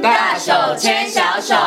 大手牵小手。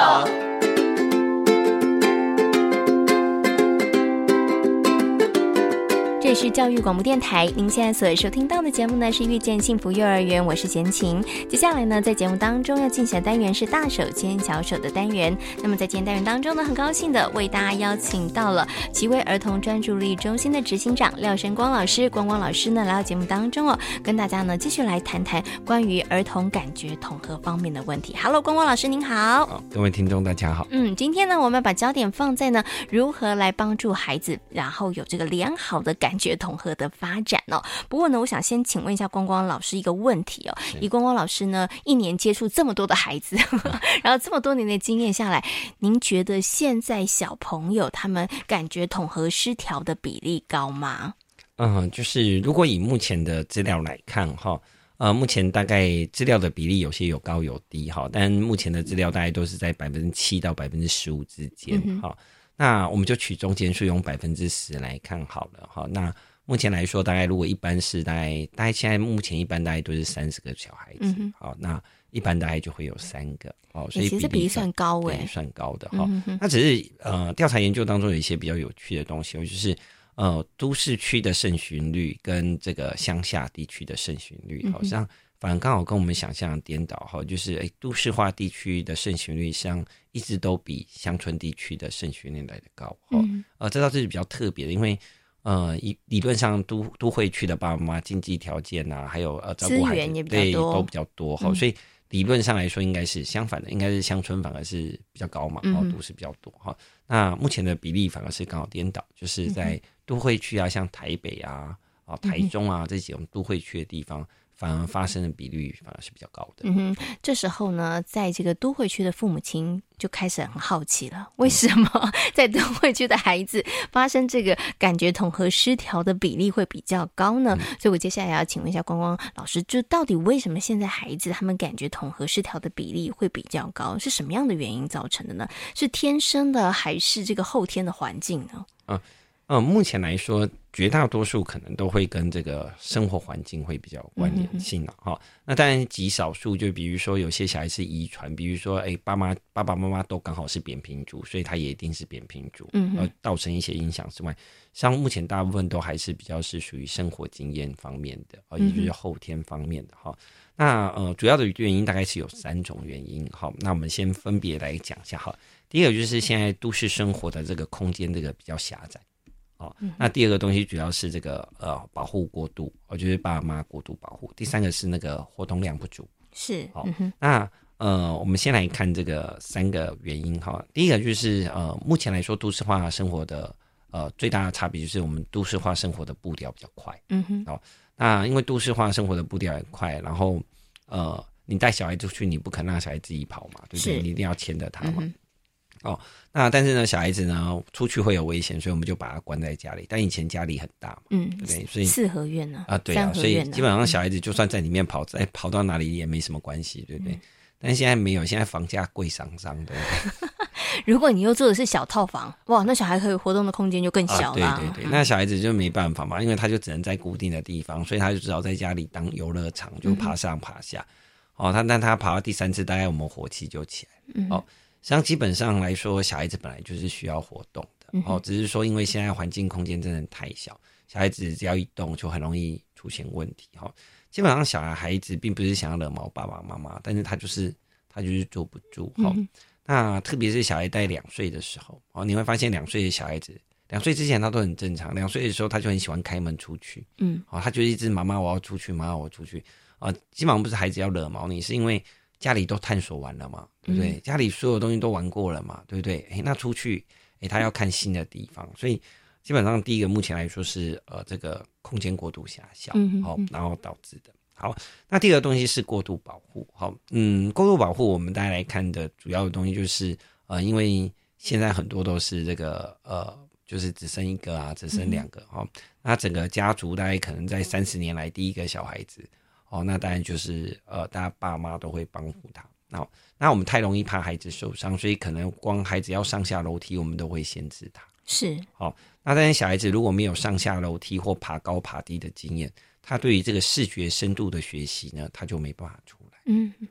这里是教育广播电台，您现在所收听到的节目呢是遇见幸福幼儿园，我是贤琴。接下来呢，在节目当中要进行的单元是大手牵小手的单元。那么在今天单元当中呢，很高兴的为大家邀请到了奇威儿童专注力中心的执行长廖笙光老师。光光老师呢来到节目当中跟大家呢继续来谈谈关于儿童感觉统合方面的问题。Hello， 光光老师您好。 各位听众大家好。 今天呢，我们把焦点放在呢如何来帮助孩子，然后有这个良好的感觉统合的发展不过呢，我想先请问一下光光老师一个问题以光光老师呢一年接触这么多的孩子然后这么多年的经验下来，您觉得现在小朋友他们感觉统合失调的比例高吗？ 就是如果以目前的资料来看目前大概资料的比例有些有高有低但目前的资料大概都是在 7% 到 15% 之间那我们就取中间数用 10% 来看好了那目前来说大概如果一般是大概现在目前一般大概都是30个小孩子那一般大概就会有3个所以其实比例算高算高的那只是调查研究当中有一些比较有趣的东西就是都市区的盛行率跟这个乡下地区的盛行率好像反而刚好跟我们想象的颠倒就是都市化地区的盛行率上一直都比乡村地区的盛行率来得高这倒是比较特别的，因为理论上都会区的爸爸妈妈经济条件还有照顾孩子资源也比较多， 都比较多所以理论上来说应该是相反的，应该是乡村反而是比较高嘛都市比较多那目前的比例反而是刚好颠倒，就是在都会区像台北台中这几种都会区的地方反而发生的比率反而是比较高的这时候呢，在这个都会区的父母亲就开始很好奇了，为什么在都会区的孩子发生这个感觉统合失调的比例会比较高呢？所以我接下来要请问一下光光老师，就到底为什么现在孩子他们感觉统合失调的比例会比较高，是什么样的原因造成的呢？是天生的还是这个后天的环境呢？ 目前来说绝大多数可能都会跟这个生活环境会比较有关联性那当然极少数就比如说有些小孩是遗传，比如说爸爸妈妈都刚好是扁平足，所以他也一定是扁平足造成一些影响之外，像目前大部分都还是比较是属于生活经验方面的也就是后天方面的那主要的原因大概是有3种原因那我们先分别来讲一下第一个就是现在都市生活的这个空间这个比较狭窄那第二个东西主要是这个保护过度就是爸妈过度保护，第3个是那个活动量不足是那我们先来看这个3个原因第一个就是目前来说都市化生活的最大的差别就是我们都市化生活的步调比较快那因为都市化生活的步调很快，然后你带小孩出去你不可能让小孩自己跑嘛，对不对？你一定要牵着他嘛那但是呢小孩子呢出去会有危险，所以我们就把他关在家里，但以前家里很大嘛对不对？所以 4合院呢对所以基本上小孩子就算在里面跑跑到哪里也没什么关系，对不对？但现在没有，现在房价贵上对不对？ 如果你又住的是小套房，哇，那小孩可以活动的空间就更小了对，那小孩子就没办法嘛，因为他就只能在固定的地方，所以他就只好在家里当游乐场，就爬上爬下但他爬到第3次大概我们火气就起来实际上基本上来说小孩子本来就是需要活动的只是说因为现在环境空间真的太小，小孩子只要一动就很容易出现问题基本上小孩子并不是想要惹毛爸爸妈妈，但是他就是坐不住那特别是小孩在2岁的时候你会发现2岁的小孩子2岁之前他都很正常，2岁的时候他就很喜欢开门出去他就一直妈妈我要出去，妈妈我出去基本上不是孩子要惹毛你，是因为家里都探索完了嘛，对不对？家里所有东西都玩过了嘛，对不对？那出去他要看新的地方，所以基本上第一个目前来说是这个空间过度狭小然后导致的。好，那第二个东西是过度保护过度保护我们大家来看的主要的东西就是因为现在很多都是这个就是只生1个只生2个那整个家族大概可能在30年来第一个小孩子那当然就是大家爸妈都会帮扶他那我们太容易怕孩子受伤，所以可能光孩子要上下楼梯我们都会限制他是那但是小孩子如果没有上下楼梯或爬高爬低的经验，他对于这个视觉深度的学习呢他就没办法出来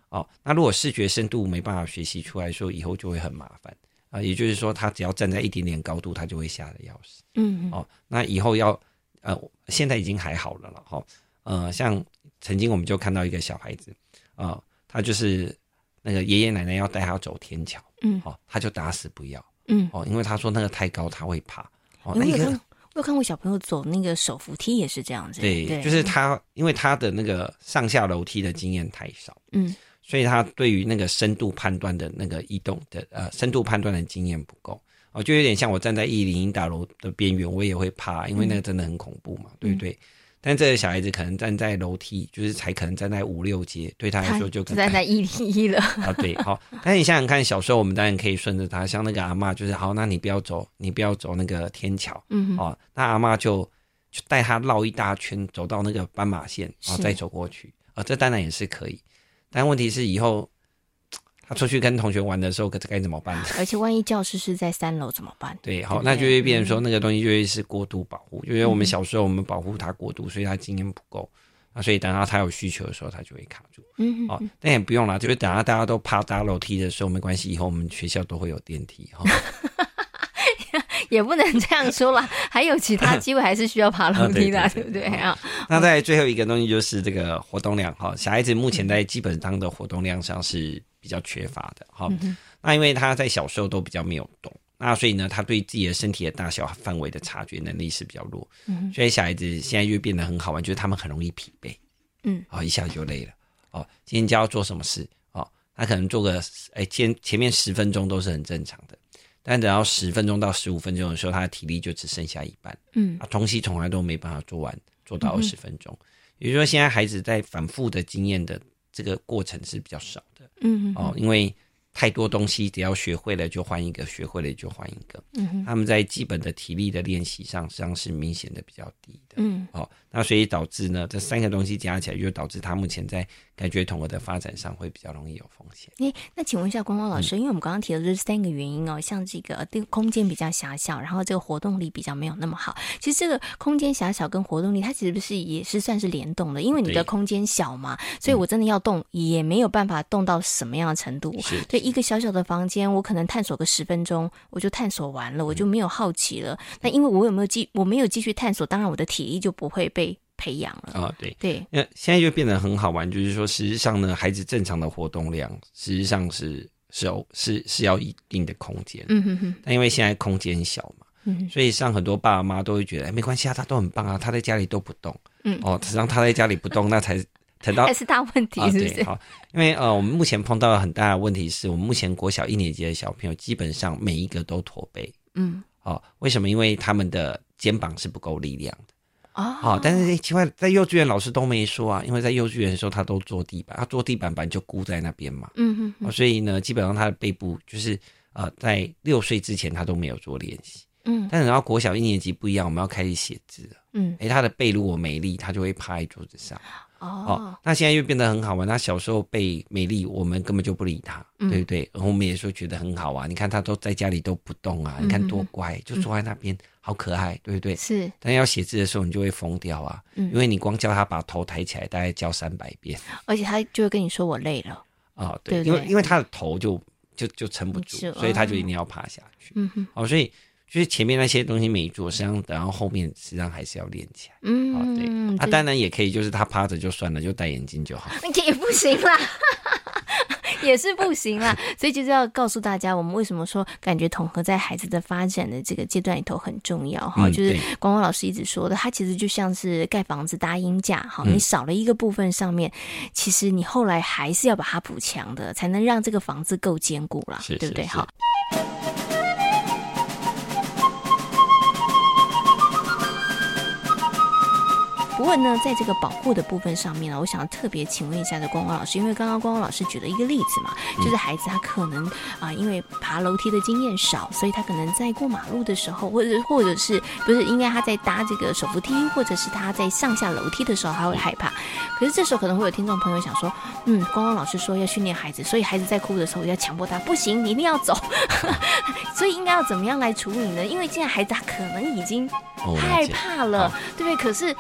那如果视觉深度没办法学习出来，说以后就会很麻烦也就是说他只要站在一点点高度，他就会吓得要死。那以后要现在已经还好了啦像曾经我们就看到一个小孩子他就是那个爷爷奶奶要带他走天桥他就打死不要因为他说那个太高他会怕那一个我有看过小朋友走那个手扶梯也是这样子。 对，就是他因为他的那个上下楼梯的经验太少所以他对于那个深度判断的那个移动的深度判断的经验不够就有点像我站在101大楼的边缘我也会怕，因为那个真的很恐怖嘛对不对但这个小孩子可能站在楼梯就是才可能站在5、6阶，对他来说就站在101了对好，但是你想想看小时候我们当然可以顺着他，像那个阿嬷就是好，那你不要走那个天桥那阿嬷就带他绕一大圈走到那个斑马线再走过去这当然也是可以，但问题是以后他出去跟同学玩的时候该怎么办？而且万一教室是在3楼怎么办？ 对，好，那就会变成说那个东西就会是过度保护，因为我们小时候我们保护他过度，所以他经验不够所以等到他有需求的时候他就会卡住但也不用啦，就是等到大家都怕搭楼梯的时候没关系，以后我们学校都会有电梯也不能这样说啦，还有其他机会还是需要爬楼梯的对不对那在最后一个东西就是这个活动量小孩子目前在基本上的活动量上是比较缺乏的那因为他在小时候都比较没有动，那所以呢他对自己的身体的大小范围的察觉能力是比较弱所以小孩子现在就变得很好玩，就是他们很容易疲惫一下就累了今天就要做什么事他可能做个前面10分钟都是很正常的，但等到10分钟到15分钟的时候他的体力就只剩下一半东西从来都没办法做到20分钟也就是说现在孩子在反复的经验的这个过程是比较少的因为太多东西只要学会了就换一个，学会了就换一个他们在基本的体力的练习上实际上是明显的比较低的那所以导致呢这3个东西加起来就导致他目前在感觉统合的发展上会比较容易有风险那请问一下光光老师因为我们刚刚提的这3个原因像这个空间比较狭小，然后这个活动力比较没有那么好，其实这个空间狭小跟活动力它其实不是也是算是联动的，因为你的空间小嘛所以我真的要动也没有办法动到什么样的程度对一个小小的房间我可能探索个10分钟我就探索完了我就没有好奇了那因为我没有继续探索，当然我的体力就不会被培养了对现在就变得很好玩，就是说实际上呢孩子正常的活动量实际上是要一定的空间但因为现在空间小嘛所以像很多爸爸妈妈都会觉得没关系他都很棒他在家里都不动实际上他在家里不动那才是大问题是不是对好，因为我们目前碰到的很大的问题是我们目前国小1年级的小朋友基本上每一个都驼背为什么？因为他们的肩膀是不够力量的但是奇怪在幼稚园老师都没说因为在幼稚园的时候他都坐地板，他坐地板板就箍在那边嘛所以呢基本上他的背部就是在6岁之前他都没有做练习但是然后国小1年级不一样，我们要开始写字了他的背如果没力他就会趴在桌子上那现在又变得很好玩，他小时候背没力我们根本就不理他对不对？然后我们也说觉得很好你看他都在家里都不动你看多乖就坐在那边好可爱对不对？ 是， 但要写字的时候你就会疯掉因为你光叫他把头抬起来大概叫300遍， 而且他就会跟你说我累了对，因为他的头就撑不住所以他就一定要爬下去所以就是前面那些东西没做，实际上等到后面实际上还是要练起来对当然也可以就是他趴着就算了，就戴眼镜就好也不行啦也是不行啦所以就是要告诉大家我们为什么说感觉统合在孩子的发展的这个阶段里头很重要就是光光老师一直说的，它其实就像是盖房子搭鹰架你少了一个部分上面其实你后来还是要把它补强的，才能让这个房子够坚固啦对不对？好不过呢在这个保护的部分上面我想要特别请问一下的光光老师，因为刚刚光光老师举了一个例子嘛就是孩子他可能因为爬楼梯的经验少，所以他可能在过马路的时候或者是不是应该他在搭这个手扶梯或者是他在上下楼梯的时候他会害怕，可是这时候可能会有听众朋友想说光光老师说要训练孩子，所以孩子在哭的时候要强迫他不行你一定要走所以应该要怎么样来处理呢？因为现在孩子他可能已经害怕了对不对？可是老师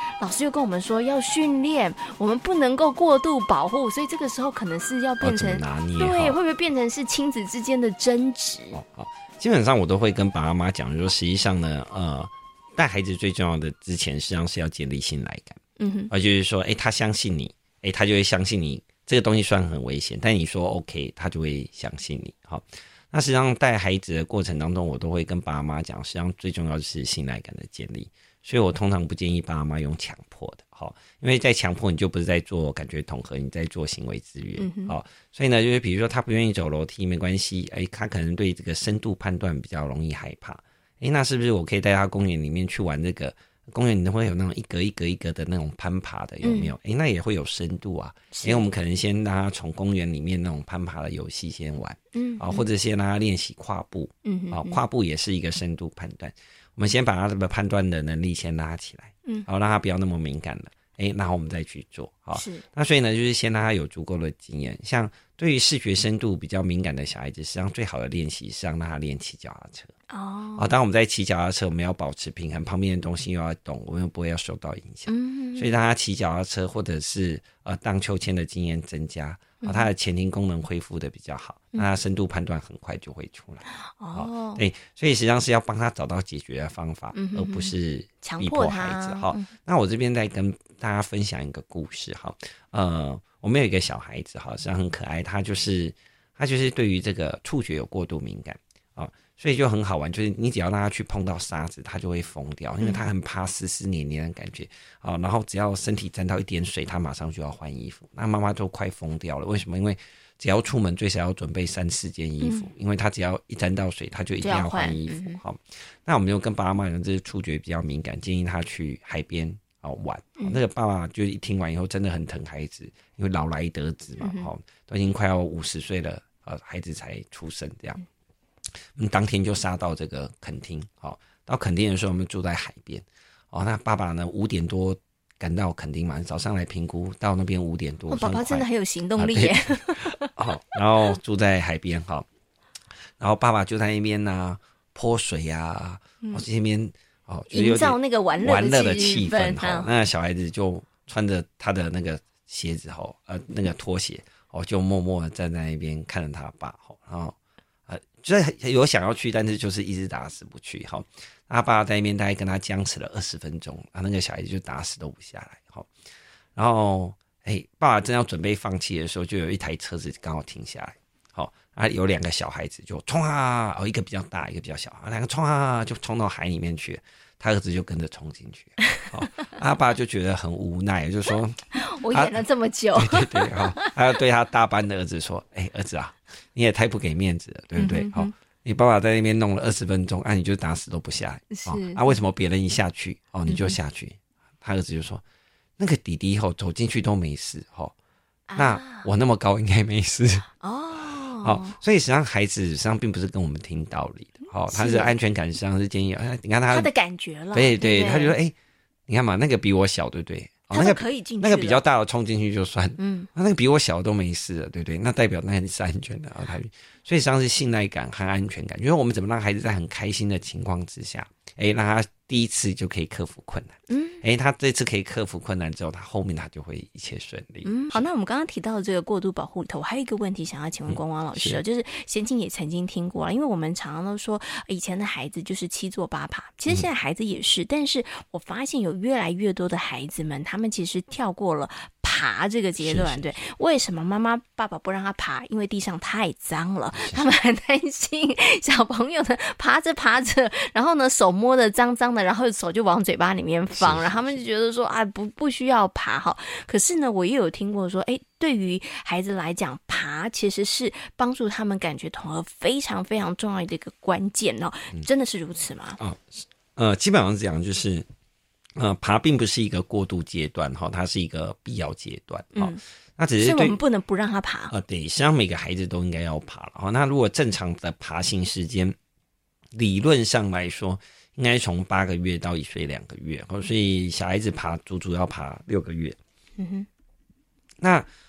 又跟我们说要训练，我们不能够过度保护，所以这个时候可能是要变成拿捏， 对，会不会变成是亲子之间的争执？ 好，基本上我都会跟爸爸妈妈讲说，实际上呢，带孩子最重要的之前，实际上是要建立信赖感。就是说，他相信你，他就会相信你。这个东西虽然很危险，但你说 OK， 他就会相信你。好，那实际上带孩子的过程当中，我都会跟爸妈讲，实际上最重要的是信赖感的建立。所以我通常不建议爸妈用强迫的，好，因为在强迫你就不是在做感觉统合，你在做行为制约。好，所以呢，就是比如说他不愿意走楼梯没关系，他可能对这个深度判断比较容易害怕。那是不是我可以带他公园里面去玩这个？公园里面会有那种一格一格一格的那种攀爬的，有没有？那也会有深度啊。我们可能先让他从公园里面那种攀爬的游戏先玩，或者先让他练习跨步，跨步也是一个深度判断。我们先把他的判断的能力先拉起来，让他不要那么敏感了。然后我们再去做。好，那所以呢，就是先让他有足够的经验。像对于视觉深度比较敏感的小孩子，实际上最好的练习是让他练骑脚踏车。当我们在骑脚踏车，我们要保持平衡，旁边的东西又要动，我们又不会要受到影响。所以让他骑脚踏车或者是荡秋千的经验增加，他的前庭功能恢复的比较好，那他深度判断很快就会出来。对，所以实际上是要帮他找到解决的方法，而不是逼迫孩子。好，那我这边再跟大家分享一个故事。好，我们有一个小孩子，好，实际上很可爱，他就是对于这个触觉有过度敏感。所以就很好玩，就是你只要让他去碰到沙子，他就会疯掉，因为他很怕湿湿黏黏的感觉。然后只要身体沾到一点水，他马上就要换衣服。那妈妈都快疯掉了，为什么？因为只要出门最少要准备3-4件衣服，因为他只要一沾到水，他就一定要换衣服。好，那我们就跟爸妈讲，这是触觉比较敏感，建议他去海边玩。那个爸爸就一听完以后真的很疼孩子，因为老来得子嘛，都已经快要50岁了，孩子才出生这样。当天就杀到这个垦丁。到垦丁的时候我们住在海边。那爸爸呢5点多赶到垦丁嘛，早上来评估，到那边5点多。 爸爸真的很有行动力耶。 然后住在海边，然后爸爸就在那边泼水啊，这边营造那个玩乐的气氛。 那小孩子就穿着他的那个鞋子那个拖鞋就默默的站在那边看着他爸，然后就是有想要去，但是就是一直打死不去。他爸在那边大概跟他僵持了20分钟，那个小孩子就打死都不下来。然后爸爸正要准备放弃的时候，就有一台车子刚好停下来。有2个小孩子就冲啊，一个比较大，一个比较小，2个冲啊，就冲到海里面去。他儿子就跟着冲进去。他爸就觉得很无奈，就说我演了这么久。 对，他就对他大班的儿子说，儿子啊，你也太不给面子了，对不对？你爸爸在那边弄了20分钟，你就打死都不下来。为什么别人一下去你就下去？他儿子就说，那个弟弟走进去都没事那我那么高应该没事。所以实际上孩子实际上并不是跟我们听道理的。他是安全感实际上是建议，你看他的感觉了。 对，他觉得你看嘛，那个比我小，对不对？ 他是可以进去的。 那个比较大的冲进去就算，那个比我小都没事了，对不对？那代表那是安全的。所以实际上是信赖感和安全感，就是我们怎么让孩子在很开心的情况之下，让他第一次就可以克服困难。他这次可以克服困难之后，他后面他就会一切顺利。 好，那我们刚刚提到的这个过度保护里头，我还有一个问题想要请问光光老师，就是贤青也曾经听过了，因为我们常常都说以前的孩子就是7坐8爬，其实现在孩子也是，但是我发现有越来越多的孩子们，他们其实跳过了爬这个阶段。对，为什么妈妈爸爸不让他爬？因为地上太脏了，他们很担心小朋友呢爬着爬着，然后呢手摸得脏脏的，然后手就往嘴巴里面放，然后他们就觉得说不需要爬。可是呢我也有听过说对于孩子来讲，爬其实是帮助他们感觉统合非常非常重要的一个关键真的是如此吗？ 基本上是这样，就是爬并不是一个过渡阶段它是一个必要阶段那只是所以我们不能不让他爬对，实际上每个孩子都应该要爬了那如果正常的爬行时间，理论上来说应该从8个月到1岁2个月所以小孩子爬足足要爬6个月。那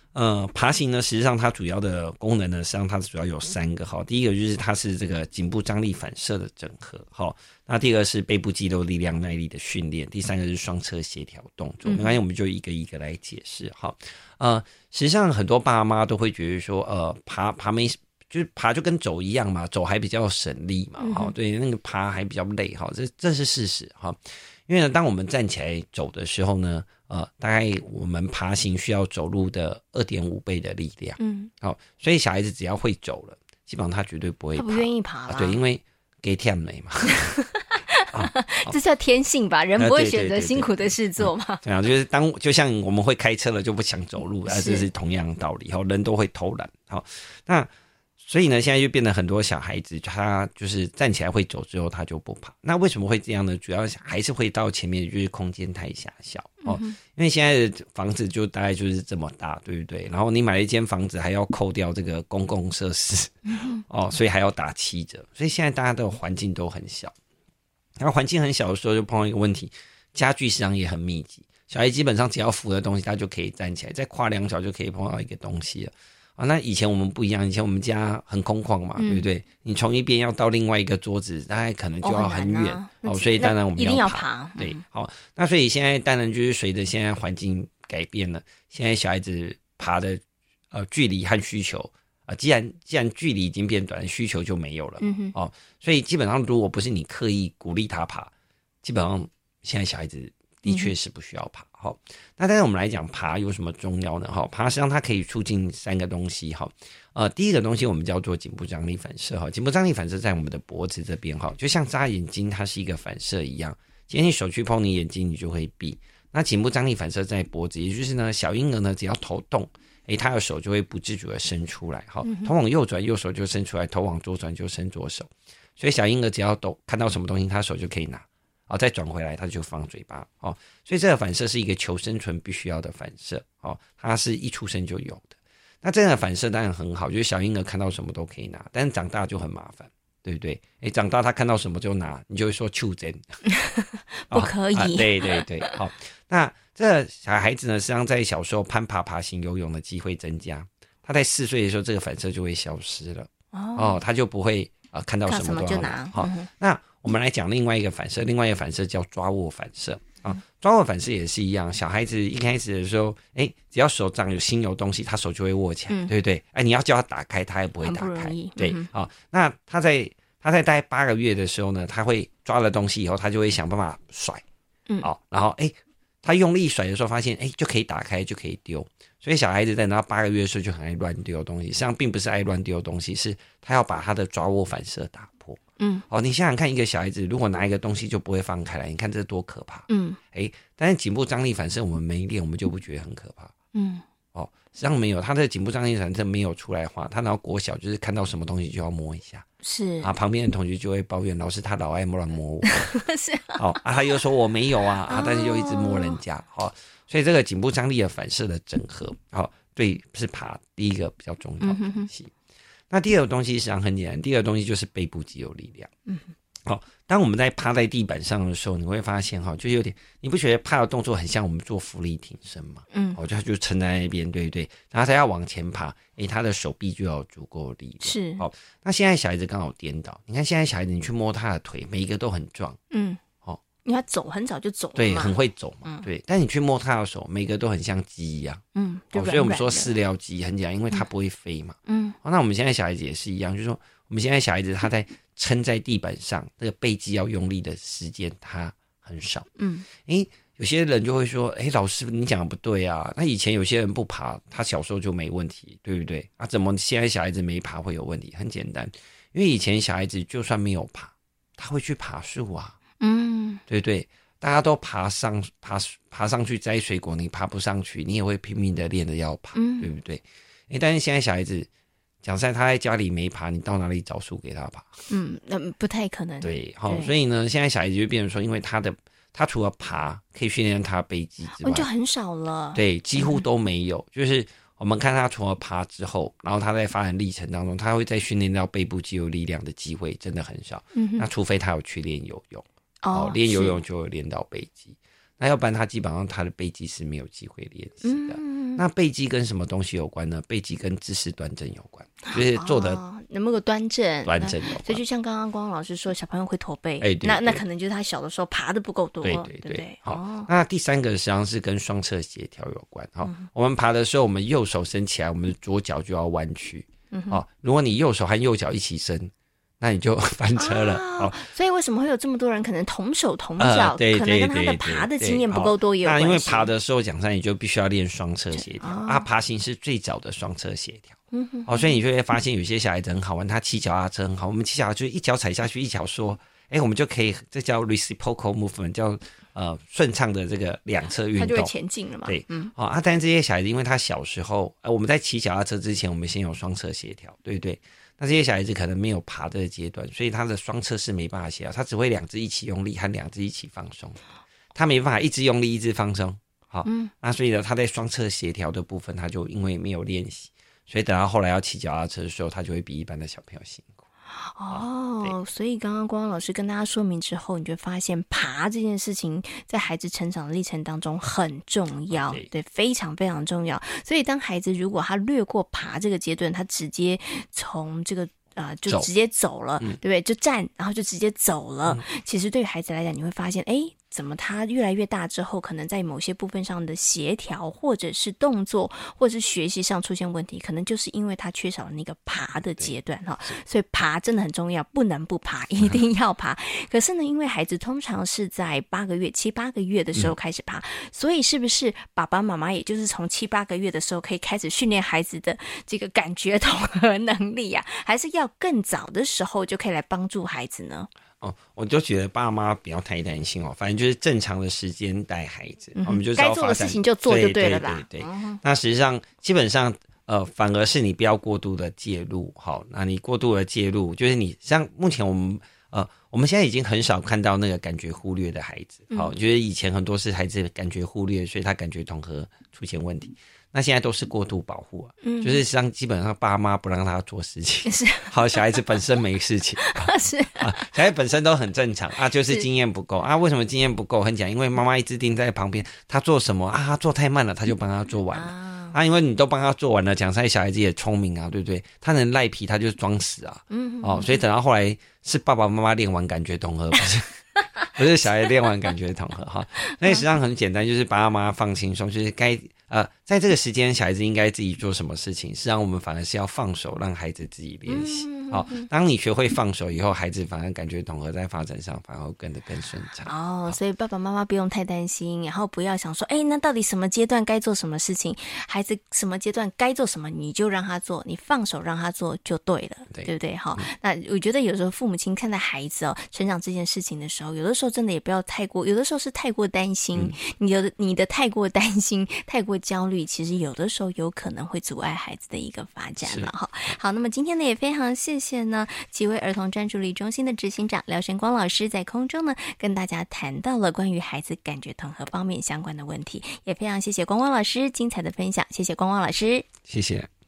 爬行呢，实际上它主要的功能呢，实际上它主要有3个哈。第一个就是它是这个颈部张力反射的整合哈。那第二个是背部肌肉力量耐力的训练，第3个是双侧协调动作。没关系，我们就一个一个来解释哈。实际上很多爸妈都会觉得说，爬就跟走一样嘛，走还比较省力嘛，对，那个爬还比较累哈，这是事实哈。因为呢，当我们站起来走的时候呢，大概我们爬行需要走路的2.5倍的力量，所以小孩子只要会走了，基本上他绝对不会爬， 他不愿意爬啦， 对，因为给忝累嘛。 这叫天性吧，人不会选择辛苦的事做嘛。 对啊，就是就像我们会开车了就不想走路，这是同样的道理，人都会偷懒。好，那所以呢，现在就变得很多小孩子，他就是站起来会走之后，他就不爬。那为什么会这样呢？主要还是会到前面，就是空间太狭小因为现在的房子就大概就是这么大，对不对？然后你买了一间房子，还要扣掉这个公共设施，所以还要打7折。所以现在大家的环境都很小。然后环境很小的时候，就碰到一个问题，家具实际上也很密集。小孩基本上只要扶的东西，他就可以站起来，再跨2脚就可以碰到一个东西了。那以前我们不一样，以前我们家很空旷嘛，对不对？你从一边要到另外一个桌子，大概可能就要很远，所以当然我们一定要爬。 对，好，那所以现在当然就是随着现在环境改变了，现在小孩子爬的距离和需求既然距离已经变短，需求就没有了，所以基本上如果不是你刻意鼓励他爬，基本上现在小孩子的确是不需要爬。那但是我们来讲爬有什么重要呢？爬实际上它可以促进3个东西。第一个东西我们叫做颈部张力反射。颈部张力反射在我们的脖子这边，就像眨眼睛它是一个反射一样，今天你手去碰你眼睛，你就会闭。那颈部张力反射在脖子，也就是呢，小婴儿呢只要头动，他的手就会不自主的伸出来。头往右转，右手就伸出来；头往左转就伸左手。所以小婴儿只要看到什么东西，他手就可以拿。再转回来，他就放嘴巴所以这个反射是一个求生存必须要的反射它是一出生就有的。那这样的反射当然很好，就是小婴儿看到什么都可以拿，但是长大就很麻烦，对不对？长大他看到什么就拿，你就会说触针不可以。 对对对，那这小孩子呢，实际上在小时候攀爬行、游泳的机会增加，他在4岁的时候，这个反射就会消失了他就不会看到什么都要拿。那我们来讲另外一个反射，另外一个反射叫抓握反射抓握反射也是一样，小孩子一开始的时候，只要手掌有心有东西，他手就会握起来，对不对？你要叫他打开，他也不会打开，对那他在大概8个月的时候呢，他会抓了东西以后，他就会想办法甩，然后他用力甩的时候，发现就可以打开，就可以丢。所以小孩子在到8个月的时候就很爱乱丢东西，实际上并不是爱乱丢东西，是他要把他的抓握反射打破。你想想看，一个小孩子如果拿一个东西就不会放开来，你看这多可怕。但是颈部张力反射我们没练，我们就不觉得很可怕。实际上没有，他的颈部张力反射没有出来的话，他然后国小就是看到什么东西就要摸一下， 是旁边的同学就会抱怨老师他老爱乱摸我， 是他又说我没有但是就一直摸人家所以这个颈部张力的反射的整合对是爬第一个比较重要的东西。那第二个东西实际上很简单，第二个东西就是背部肌肉力量。当我们在趴在地板上的时候，你会发现就有点，你不觉得趴的动作很像我们做浮力挺身吗？就撑在那边，对不对？然后他要往前爬，他的手臂就要有足够的力量。 是那现在小孩子刚好颠倒，你看现在小孩子你去摸他的腿，每一个都很壮， 因为他走很早就走了嘛， 对，很会走嘛，对。但你去摸他的手，每个都很像鸡一样，所以我们说饲料鸡很简单，因为它不会飞嘛，那我们现在小孩子也是一样，就是说我们现在小孩子他在撑在地板上，这个背肌要用力的时间他很少，有些人就会说，老师你讲的不对啊，那以前有些人不爬，他小时候就没问题，对不对？怎么现在小孩子没爬会有问题？很简单，因为以前小孩子就算没有爬，他会去爬树啊。对不对？大家都爬上去摘水果，你爬不上去，你也会拼命的练着要爬，对不对？但是现在小孩子讲实在，他在家里没爬，你到哪里找树给他爬？ 不太可能。 对，所以呢，现在小孩子就变成说，因为他除了爬可以训练他背肌之外， 就很少了。 对，几乎都没有。就是我们看他除了爬之后，然后他在发展历程当中，他会再训练到背部肌肉力量的机会真的很少。那除非他有去练游泳。练游泳就有练到背肌，那要不然他基本上他的背肌是没有机会练习的。 那背肌跟什么东西有关呢？背肌跟姿势端正有关，就是做的能不能端正有关。 所以就像刚刚光老师说，小朋友会驼背， 对， 那可能就是他小的时候爬的不够多， 对。好，那第三个实际上是跟双侧协调有关。好，我们爬的时候，我们右手伸起来，我们的左脚就要弯曲。好，如果你右手和右脚一起伸，那你就翻车了。 所以为什么会有这么多人可能同手同脚，可能跟他的爬的经验不够多也有关系。 那因为爬的时候讲上你就必须要练双侧协调爬行是最早的双侧协调。所以你就会发现有些小孩子很好玩，他骑脚踏车很好，我们骑脚踏车就一脚踩下去一脚说，我们就可以，这叫 reciprocal movement， 叫顺畅的这个两侧运动， 他就会前进了嘛。 对，但是这些小孩子因为他小时候我们在骑脚踏车之前我们先有双侧协调，对不对？那这些小孩子可能没有爬的阶段，所以他的双侧是没办法协调，他只会两只一起用力和两只一起放松，他没办法一直用力一直放松。好，那所以呢，他在双侧协调的部分，他就因为没有练习，所以等到后来要骑脚踏车的时候，他就会比一般的小朋友辛苦。 所以刚刚光光老师跟大家说明之后，你就发现爬这件事情在孩子成长的历程当中很重要，对，非常非常重要。所以当孩子如果他略过爬这个阶段，他直接从这个就直接走了，对不对？就站，然后就直接走了。其实对于孩子来讲，你会发现，怎么他越来越大之后，可能在某些部分上的协调，或者是动作，或者是学习上出现问题，可能就是因为他缺少了那个爬的阶段哈。所以爬真的很重要，不能不爬，一定要爬。可是呢，因为孩子通常是在7、8个月的时候开始爬，所以是不是爸爸妈妈也就是从7、8个月的时候可以开始训练孩子的这个感觉统合能力啊？还是要更早的时候就可以来帮助孩子呢？ 我就觉得爸妈不要太担心反正就是正常的时间带孩子，我们就是要该做的事情就做就对了啦。 对，那实际上基本上反而是你不要过度的介入。好，那你过度的介入，就是你像目前我们现在已经很少看到那个感觉忽略的孩子。好，就是以前很多是孩子感觉忽略，所以他感觉统合出现问题。那现在都是过度保护就是像基本上爸妈不让他做事情，好，小孩子本身没事情小孩本身都很正常就是经验不够为什么经验不够？很讲，因为妈妈一直盯在旁边，他做什么他做太慢了，他就帮他做完了因为你都帮他做完了，讲实小孩子也聪明对不对？他能赖皮，他就装死所以等到后来是爸爸妈妈练完感觉统合，不是小孩练完感觉统合那实际上很简单，就是爸爸妈妈放轻松，就是该在这个时间小孩子应该自己做什么事情，实际上我们反而是要放手让孩子自己练习当你学会放手以后，孩子反而感觉统合在发展上反而会跟得更顺畅所以爸爸妈妈不用太担心，然后不要想说那到底什么阶段该做什么事情，孩子什么阶段该做什么你就让他做，你放手让他做就对了， 对不对那我觉得有时候父母亲看待孩子成长这件事情的时候，有的时候真的也不要太过，有的时候是太过担心你的太过担心太过焦虑，其实有的时候有可能会阻碍孩子的一个发展了好，那么今天呢也非常谢谢呢几位儿童专注力中心的执行长廖笙光老师在空中呢跟大家谈到了关于孩子感觉统合方面相关的问题，也非常谢谢光光老师精彩的分享，谢谢光光老师， 谢谢。